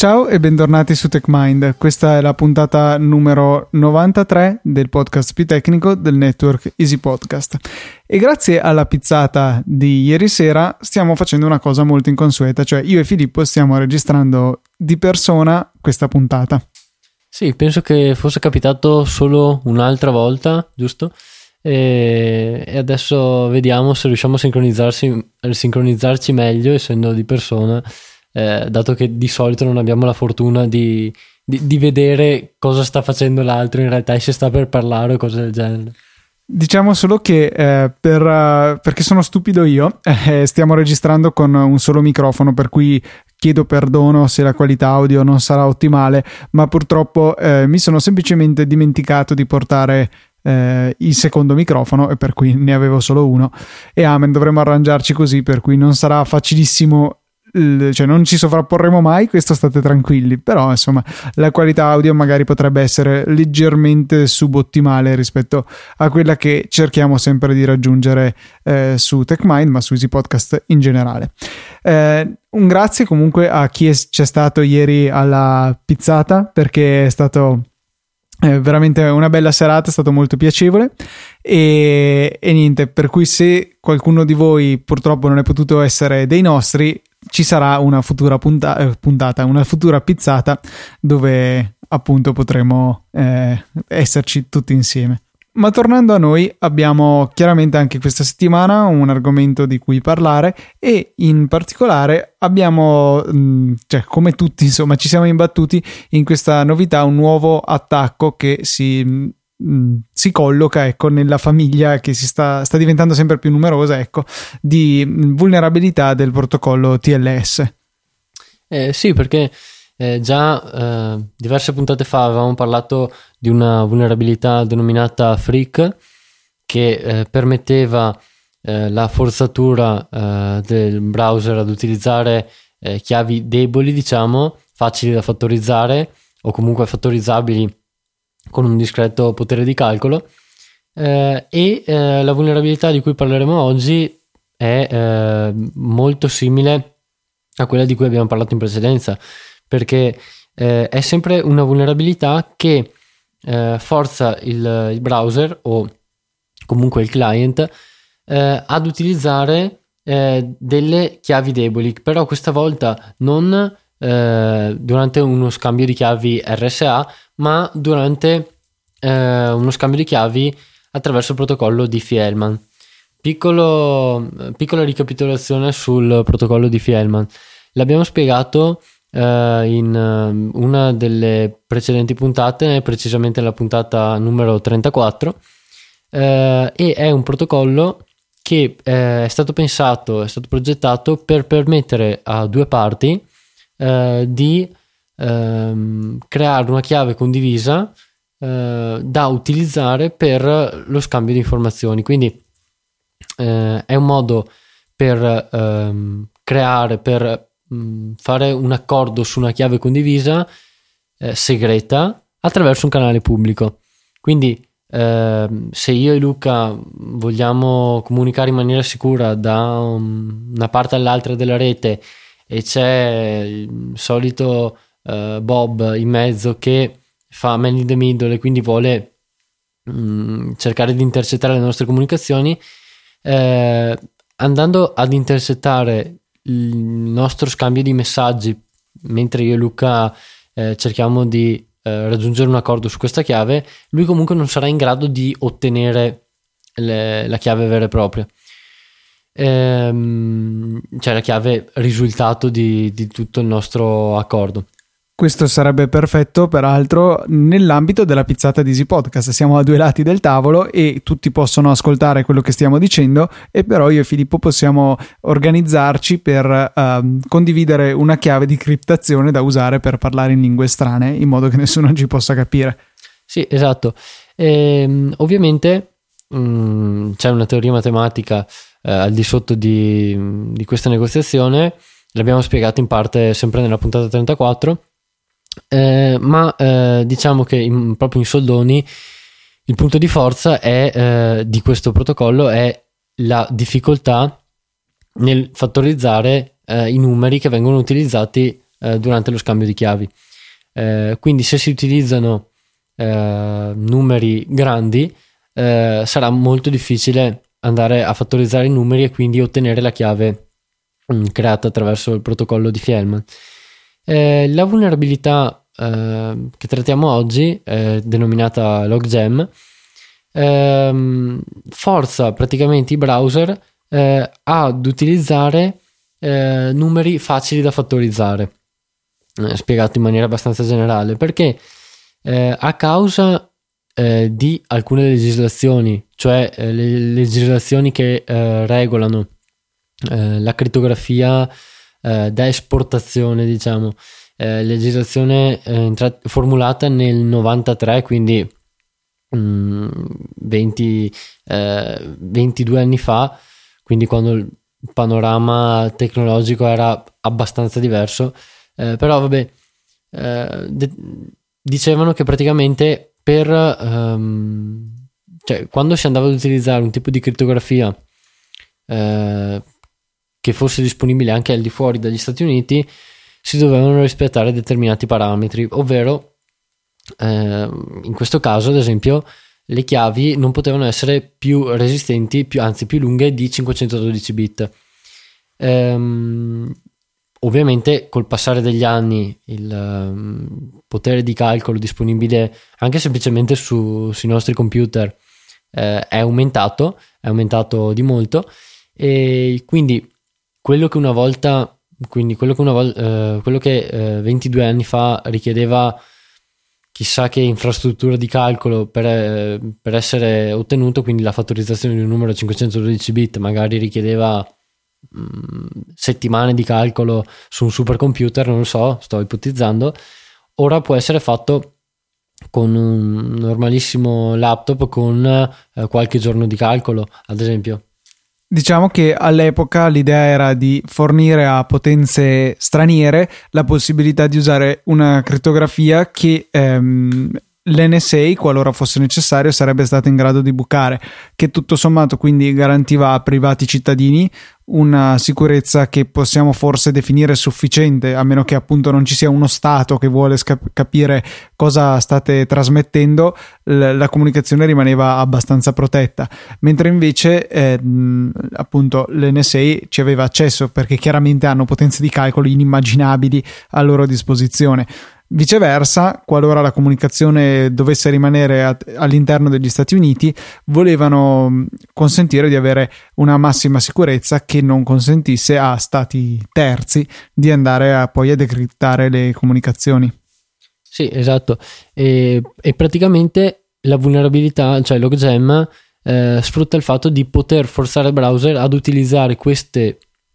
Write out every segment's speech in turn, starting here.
Ciao e bentornati su TechMind. Questa è la puntata numero 93 del podcast più tecnico del network Easy Podcast. E grazie alla pizzata di ieri sera stiamo facendo una cosa molto inconsueta, cioè io e Filippo stiamo registrando di persona questa puntata. Sì, penso che fosse capitato solo un'altra volta, giusto? E adesso vediamo se riusciamo a sincronizzarci meglio essendo di persona, dato che di solito non abbiamo la fortuna di vedere cosa sta facendo l'altro in realtà e se sta per parlare o cose del genere. Diciamo solo che perché sono stupido io, stiamo registrando con un solo microfono, per cui chiedo perdono se la qualità audio non sarà ottimale, ma purtroppo mi sono semplicemente dimenticato di portare il secondo microfono e per cui ne avevo solo uno, e amen, dovremo arrangiarci così, per cui non sarà facilissimo, cioè non ci sovrapporremo mai, questo state tranquilli, però insomma la qualità audio magari potrebbe essere leggermente subottimale rispetto a quella che cerchiamo sempre di raggiungere su TechMind, ma su Easy Podcast in generale. Un grazie comunque a chi c'è stato ieri alla pizzata, perché è stato veramente una bella serata, è stato molto piacevole e niente, per cui se qualcuno di voi purtroppo non è potuto essere dei nostri, ci sarà una futura puntata, una futura pizzata dove appunto potremo esserci tutti insieme. Ma tornando a noi, abbiamo chiaramente anche questa settimana un argomento di cui parlare e in particolare abbiamo, cioè come tutti insomma, ci siamo imbattuti in questa novità, un nuovo attacco che si colloca, ecco, nella famiglia che si sta diventando sempre più numerosa, ecco, di vulnerabilità del protocollo TLS. Sì, perché già diverse puntate fa avevamo parlato di una vulnerabilità denominata Freak che permetteva la forzatura del browser ad utilizzare chiavi deboli, diciamo, facili da fattorizzare o comunque fattorizzabili con un discreto potere di calcolo, e la vulnerabilità di cui parleremo oggi è molto simile a quella di cui abbiamo parlato in precedenza, perché è sempre una vulnerabilità che forza il browser o comunque il client ad utilizzare delle chiavi deboli, però questa volta non durante uno scambio di chiavi RSA, ma durante uno scambio di chiavi attraverso il protocollo Diffie-Hellman. Piccola ricapitolazione sul protocollo Diffie-Hellman. L'abbiamo spiegato in una delle precedenti puntate, precisamente la puntata numero 34, e è un protocollo che è stato progettato per permettere a due parti di creare una chiave condivisa da utilizzare per lo scambio di informazioni. Quindi è un modo per fare un accordo su una chiave condivisa segreta attraverso un canale pubblico. Quindi se io e Luca vogliamo comunicare in maniera sicura da una parte all'altra della rete e c'è il solito Bob in mezzo che fa man in the middle e quindi vuole cercare di intercettare le nostre comunicazioni, andando ad intercettare il nostro scambio di messaggi mentre io e Luca cerchiamo di raggiungere un accordo su questa chiave, lui comunque non sarà in grado di ottenere la chiave vera e propria, cioè la chiave risultato di tutto il nostro accordo. Questo sarebbe perfetto, peraltro, nell'ambito della pizzata di Easy Podcast. Siamo a due lati del tavolo e tutti possono ascoltare quello che stiamo dicendo, e però io e Filippo possiamo organizzarci per condividere una chiave di criptazione da usare per parlare in lingue strane, in modo che nessuno ci possa capire. Sì, esatto. Ovviamente c'è una teoria matematica al di sotto di questa negoziazione, l'abbiamo spiegato in parte sempre nella puntata 34. Ma diciamo che proprio in soldoni il punto di forza di questo protocollo è la difficoltà nel fattorizzare i numeri che vengono utilizzati durante lo scambio di chiavi. Quindi se si utilizzano numeri grandi, sarà molto difficile andare a fattorizzare i numeri e quindi ottenere la chiave creata attraverso il protocollo di Fielman. La vulnerabilità che trattiamo oggi, denominata LogGem, forza praticamente i browser ad utilizzare numeri facili da fattorizzare, spiegato in maniera abbastanza generale, perché a causa di alcune legislazioni, cioè le legislazioni che regolano la crittografia da esportazione, diciamo, legislazione formulata nel 93, quindi 22 anni fa, quindi quando il panorama tecnologico era abbastanza diverso, però vabbè, dicevano che praticamente cioè, quando si andava ad utilizzare un tipo di crittografia che fosse disponibile anche al di fuori dagli Stati Uniti, si dovevano rispettare determinati parametri, ovvero in questo caso, ad esempio, le chiavi non potevano essere più resistenti, anzi più lunghe di 512 bit. Ovviamente col passare degli anni il potere di calcolo disponibile anche semplicemente sui nostri computer è aumentato di molto, e quindi quello che 22 anni fa richiedeva chissà che infrastruttura di calcolo per essere ottenuto, quindi la fattorizzazione di un numero 512 bit magari richiedeva settimane di calcolo su un supercomputer, non lo so, sto ipotizzando, ora può essere fatto con un normalissimo laptop con qualche giorno di calcolo, ad esempio. Diciamo che all'epoca l'idea era di fornire a potenze straniere la possibilità di usare una crittografia che l'NSA, qualora fosse necessario, sarebbe stata in grado di bucare, che tutto sommato quindi garantiva a privati cittadini una sicurezza che possiamo forse definire sufficiente, a meno che appunto non ci sia uno Stato che vuole capire cosa state trasmettendo. La comunicazione rimaneva abbastanza protetta, mentre invece appunto l'NSA ci aveva accesso, perché chiaramente hanno potenze di calcolo inimmaginabili a loro disposizione. Viceversa, qualora la comunicazione dovesse rimanere all'interno degli Stati Uniti, volevano consentire di avere una massima sicurezza che non consentisse a stati terzi di andare poi a decriptare le comunicazioni. Sì, esatto. E praticamente la vulnerabilità, cioè LogGem, sfrutta il fatto di poter forzare il browser ad utilizzare questa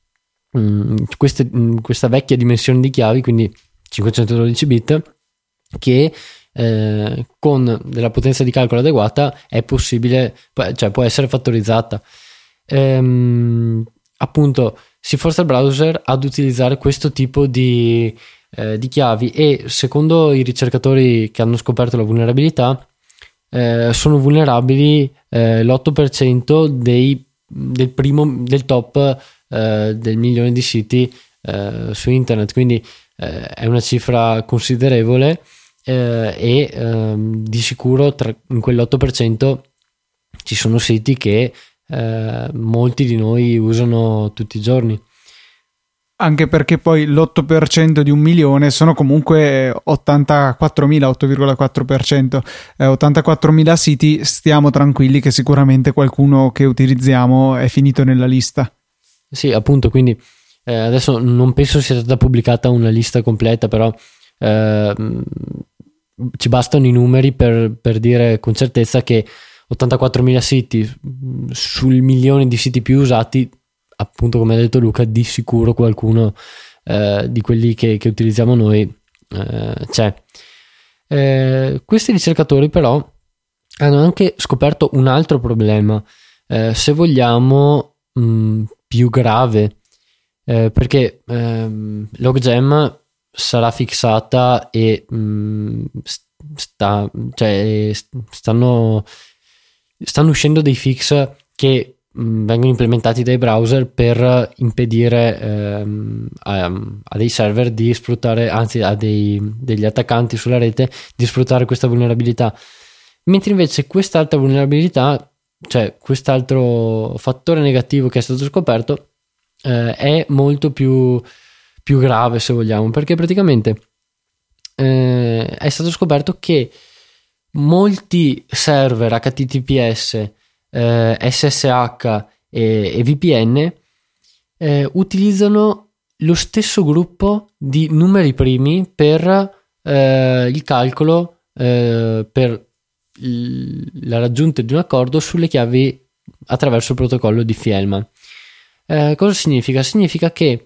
vecchia dimensione di chiavi, quindi 512 bit, che con della potenza di calcolo adeguata è possibile, cioè può essere fattorizzata. Appunto si forza il browser ad utilizzare questo tipo di chiavi, e secondo i ricercatori che hanno scoperto la vulnerabilità sono vulnerabili l'8% del top del milione di siti su internet, quindi è una cifra considerevole, e di sicuro in quell'8% ci sono siti che molti di noi usano tutti i giorni. Anche perché poi l'8% di 1.000.000 sono comunque 84.000, 8,4%, 84.000 siti. Stiamo tranquilli che sicuramente qualcuno che utilizziamo è finito nella lista. Sì, appunto, quindi adesso non penso sia stata pubblicata una lista completa, però ci bastano i numeri per dire con certezza che 84.000 siti sul milione di siti più usati, appunto come ha detto Luca, di sicuro qualcuno di quelli che utilizziamo noi c'è. Questi ricercatori però hanno anche scoperto un altro problema, se vogliamo più grave, perché LogGem sarà fissata e stanno uscendo dei fix che vengono implementati dai browser per impedire a dei server di sfruttare, anzi degli attaccanti sulla rete di sfruttare questa vulnerabilità. Mentre invece quest'altra vulnerabilità, cioè quest'altro fattore negativo che è stato scoperto, è molto più grave, se vogliamo, perché praticamente è stato scoperto che molti server HTTPS, SSH e VPN utilizzano lo stesso gruppo di numeri primi per il calcolo, per la raggiunta di un accordo sulle chiavi attraverso il protocollo di Fielman. Cosa significa? Significa che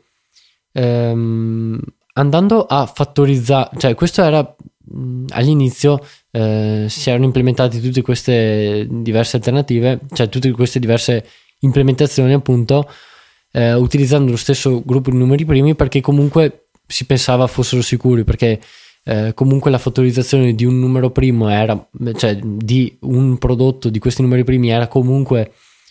andando a fattorizzare, cioè questo era all'inizio, si erano implementate tutte queste diverse alternative, cioè tutte queste diverse implementazioni appunto, utilizzando lo stesso gruppo di numeri primi, perché comunque si pensava fossero sicuri, perché comunque la fattorizzazione di un numero primo era, cioè di un prodotto di questi numeri primi era comunque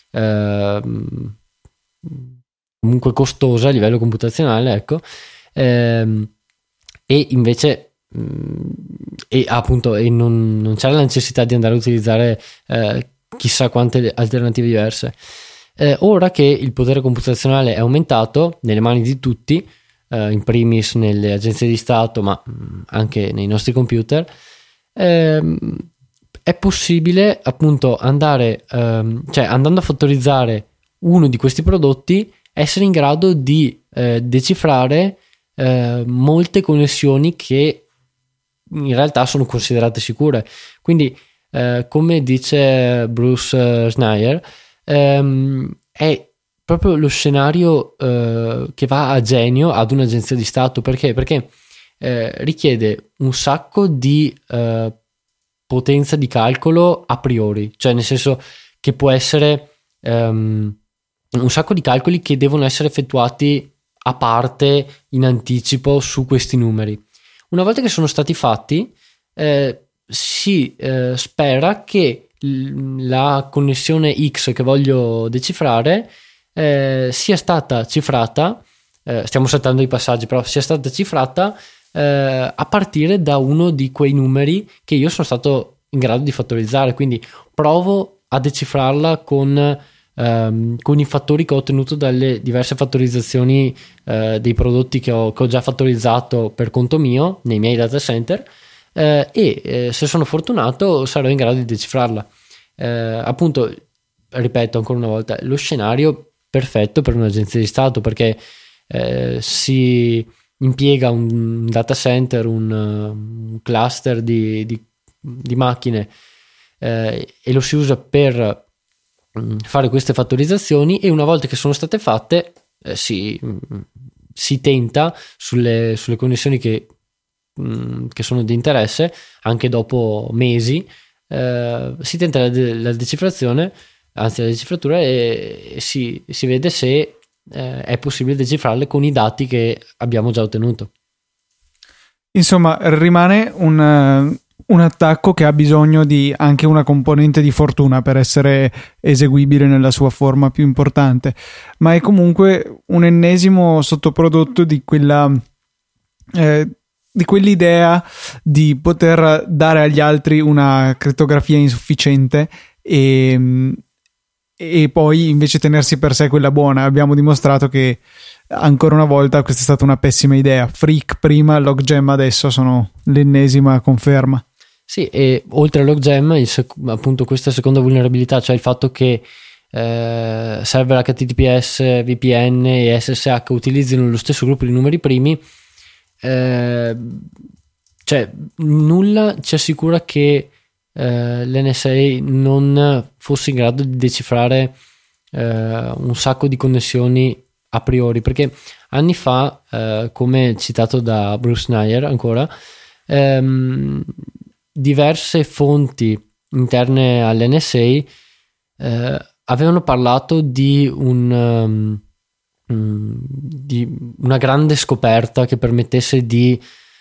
costosa a livello computazionale, ecco, e invece appunto non c'era la necessità di andare a utilizzare chissà quante alternative diverse. Ora che il potere computazionale è aumentato nelle mani di tutti, in primis nelle agenzie di Stato, ma anche nei nostri computer, è possibile appunto andare, cioè andando a fattorizzare uno di questi prodotti, essere in grado di decifrare molte connessioni che in realtà sono considerate sicure. Quindi come dice Bruce Schneier, è proprio lo scenario che va a genio ad un'agenzia di Stato. Perché richiede un sacco di potenza di calcolo a priori, cioè nel senso che può essere un sacco di calcoli che devono essere effettuati a parte, in anticipo, su questi numeri. Una volta che sono stati fatti, si spera che la connessione X che voglio decifrare sia stata cifrata, stiamo saltando i passaggi, però sia stata cifrata a partire da uno di quei numeri che io sono stato in grado di fattorizzare. Quindi provo a decifrarla con i fattori che ho ottenuto dalle diverse fattorizzazioni dei prodotti che ho già fattorizzato per conto mio nei miei data center, e se sono fortunato sarò in grado di decifrarla. Appunto, ripeto ancora una volta, lo scenario perfetto per un'agenzia di Stato, perché si impiega un data center, un cluster di macchine, e lo si usa per fare queste fattorizzazioni, e una volta che sono state fatte si tenta sulle connessioni che sono di interesse, anche dopo mesi, si tenta la decifrazione, anzi la decifratura, e si vede se è possibile decifrarle con i dati che abbiamo già ottenuto. Insomma, rimane un attacco che ha bisogno di anche una componente di fortuna per essere eseguibile nella sua forma più importante, ma è comunque un ennesimo sottoprodotto di quell'idea di poter dare agli altri una crittografia insufficiente e poi invece tenersi per sé quella buona. Abbiamo dimostrato che ancora una volta questa è stata una pessima idea. Freak prima, Logjam adesso sono l'ennesima conferma. Sì, e oltre a Logjam, appunto questa seconda vulnerabilità, cioè il fatto che server HTTPS, VPN e SSH utilizzino lo stesso gruppo di numeri primi, cioè nulla ci assicura che l'NSA non fosse in grado di decifrare un sacco di connessioni a priori, perché anni fa, come citato da Bruce Schneier ancora, diverse fonti interne all'NSA avevano parlato di una grande scoperta che permettesse di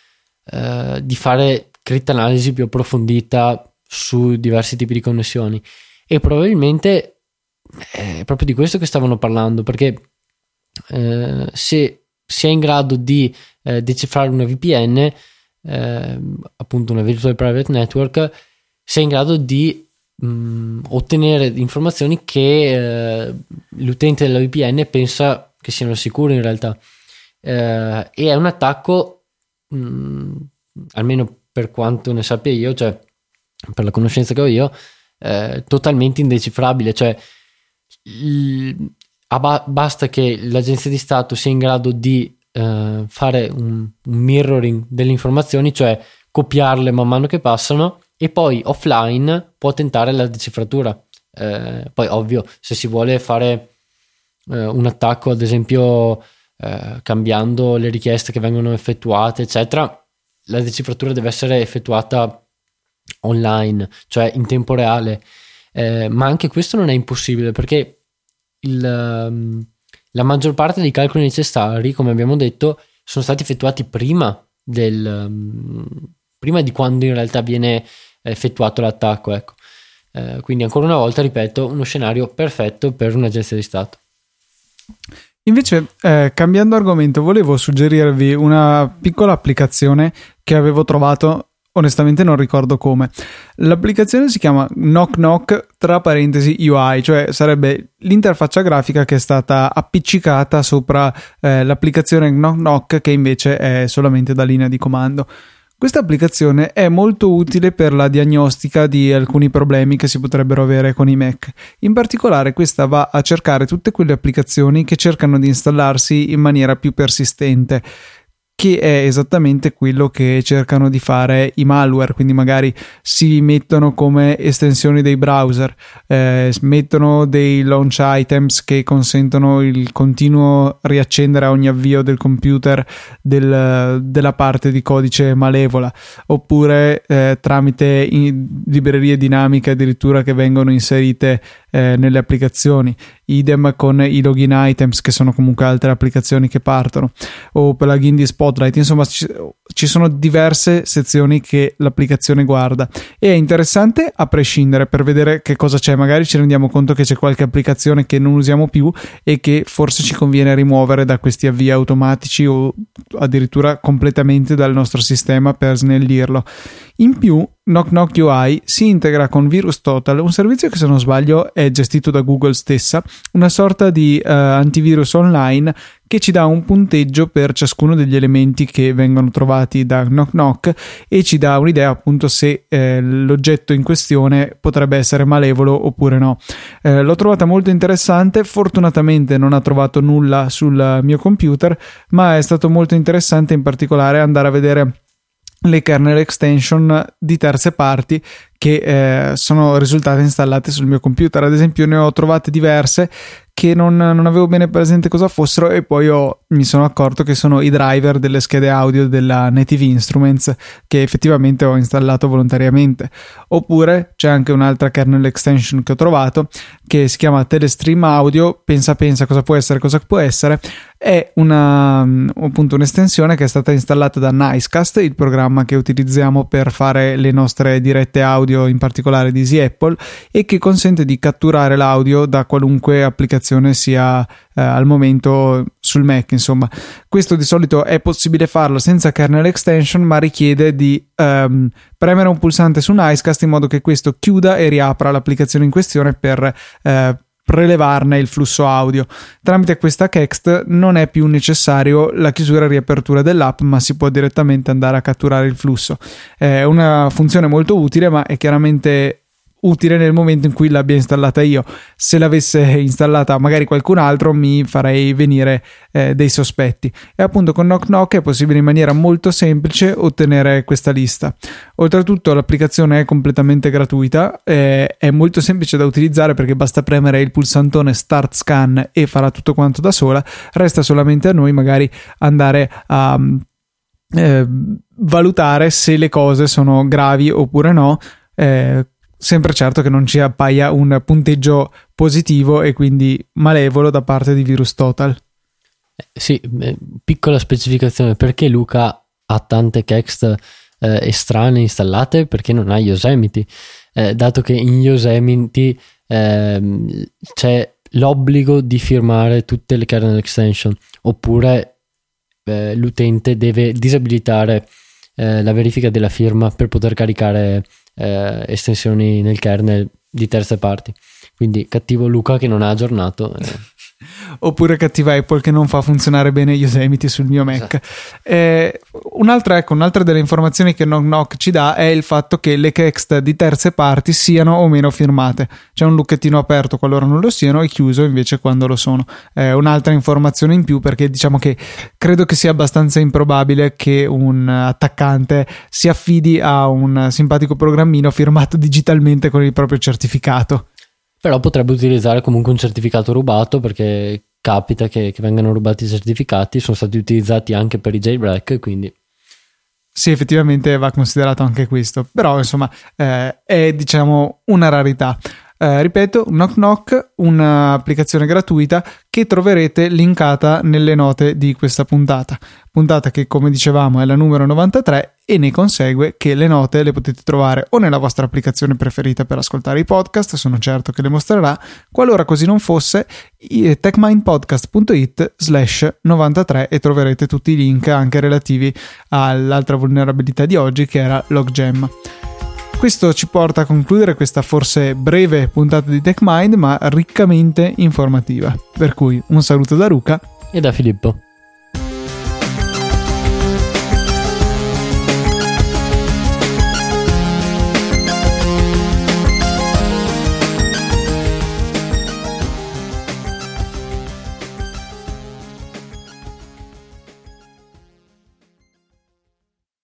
fare cryptanalisi più approfondita su diversi tipi di connessioni, e probabilmente è proprio di questo che stavano parlando, perché se si è in grado di decifrare una VPN, appunto una Virtual Private Network, si è in grado di ottenere informazioni che l'utente della VPN pensa che siano sicure in realtà, e è un attacco, almeno per quanto ne sappia io, cioè per la conoscenza che ho io, totalmente indecifrabile. Cioè basta che l'agenzia di Stato sia in grado di fare un mirroring delle informazioni, cioè copiarle man mano che passano, e poi offline può tentare la decifratura. Poi ovvio, se si vuole fare un attacco, ad esempio cambiando le richieste che vengono effettuate eccetera, la decifratura deve essere effettuata online, cioè in tempo reale, ma anche questo non è impossibile, perché la maggior parte dei calcoli necessari, come abbiamo detto, sono stati effettuati prima di quando in realtà viene effettuato l'attacco, ecco. Quindi ancora una volta ripeto, uno scenario perfetto per un'agenzia di Stato. Invece, cambiando argomento, volevo suggerirvi una piccola applicazione che avevo trovato, onestamente non ricordo come. L'applicazione si chiama Knock Knock tra parentesi UI, cioè sarebbe l'interfaccia grafica che è stata appiccicata sopra l'applicazione Knock Knock, che invece è solamente da linea di comando. Questa applicazione è molto utile per la diagnostica di alcuni problemi che si potrebbero avere con i Mac. In particolare, questa va a cercare tutte quelle applicazioni che cercano di installarsi in maniera più persistente, che è esattamente quello che cercano di fare i malware. Quindi magari si mettono come estensioni dei browser, mettono dei launch items che consentono il continuo riaccendere a ogni avvio del computer della parte di codice malevola, oppure tramite librerie dinamiche addirittura che vengono inserite nelle applicazioni, idem con i login items, che sono comunque altre applicazioni che partono, o plugin di Spotlight. Insomma, ci sono diverse sezioni che l'applicazione guarda, e è interessante a prescindere per vedere che cosa c'è. Magari ci rendiamo conto che c'è qualche applicazione che non usiamo più e che forse ci conviene rimuovere da questi avvii automatici, o addirittura completamente dal nostro sistema, per snellirlo. In più, Knock Knock UI si integra con VirusTotal, un servizio che, se non sbaglio, è gestito da Google stessa, una sorta di antivirus online che ci dà un punteggio per ciascuno degli elementi che vengono trovati da Knock Knock, e ci dà un'idea appunto se l'oggetto in questione potrebbe essere malevolo oppure no. L'ho trovata molto interessante. Fortunatamente non ha trovato nulla sul mio computer, ma è stato molto interessante in particolare andare a vedere le kernel extension di terze parti che sono risultate installate sul mio computer. Ad esempio, ne ho trovate diverse che non avevo bene presente cosa fossero, e poi mi sono accorto che sono i driver delle schede audio della Native Instruments, che effettivamente ho installato volontariamente. Oppure c'è anche un'altra kernel extension che ho trovato, che si chiama Telestream Audio. Pensa cosa può essere. È appunto un'estensione che è stata installata da Nicecast, il programma che utilizziamo per fare le nostre dirette audio, in particolare di Easy Apple, e che consente di catturare l'audio da qualunque applicazione sia al momento sul Mac. Insomma, questo di solito è possibile farlo senza kernel extension, ma richiede di premere un pulsante su Nicecast in modo che questo chiuda e riapra l'applicazione in questione per prelevarne il flusso audio. Tramite questa Kext non è più necessario la chiusura e riapertura dell'app, ma si può direttamente andare a catturare il flusso. È una funzione molto utile, ma è chiaramente utile nel momento in cui l'abbia installata io. Se l'avesse installata magari qualcun altro, mi farei venire dei sospetti. E appunto con Knock Knock è possibile in maniera molto semplice ottenere questa lista. Oltretutto l'applicazione è completamente gratuita, è molto semplice da utilizzare perché basta premere il pulsantone Start Scan e farà tutto quanto da sola. Resta solamente a noi magari andare a valutare se le cose sono gravi oppure no, sempre certo che non ci appaia un punteggio positivo e quindi malevolo da parte di VirusTotal. Sì, piccola specificazione: perché Luca ha tante Kext estranee installate? Perché non ha Yosemite, dato che in Yosemite c'è l'obbligo di firmare tutte le kernel extension, oppure l'utente deve disabilitare la verifica della firma per poter caricare estensioni nel kernel di terze parti. Quindi cattivo Luca che non ha aggiornato. Oppure cattiva Apple che non fa funzionare bene Yosemite sul mio Mac. Un'altra delle informazioni che Knock Knock ci dà è il fatto che le text di terze parti siano o meno firmate. C'è un lucchettino aperto qualora non lo siano e chiuso invece quando lo sono. Un'altra informazione in più, perché diciamo che credo che sia abbastanza improbabile che un attaccante si affidi a un simpatico programmino firmato digitalmente con il proprio certificato. Però potrebbe utilizzare comunque un certificato rubato, perché capita che vengano rubati i certificati, sono stati utilizzati anche per i jailbreak, quindi... Sì, effettivamente va considerato anche questo, però insomma è diciamo una rarità. Ripeto, Knock Knock, un'applicazione gratuita che troverete linkata nelle note di questa puntata che, come dicevamo, è la numero 93, e ne consegue che le note le potete trovare o nella vostra applicazione preferita per ascoltare i podcast, sono certo che le mostrerà. Qualora così non fosse, techmindpodcast.it/93, e troverete tutti i link anche relativi all'altra vulnerabilità di oggi, che era Logjam. Questo ci porta a concludere questa forse breve puntata di TechMind, ma riccamente informativa. Per cui un saluto da Luca e da Filippo.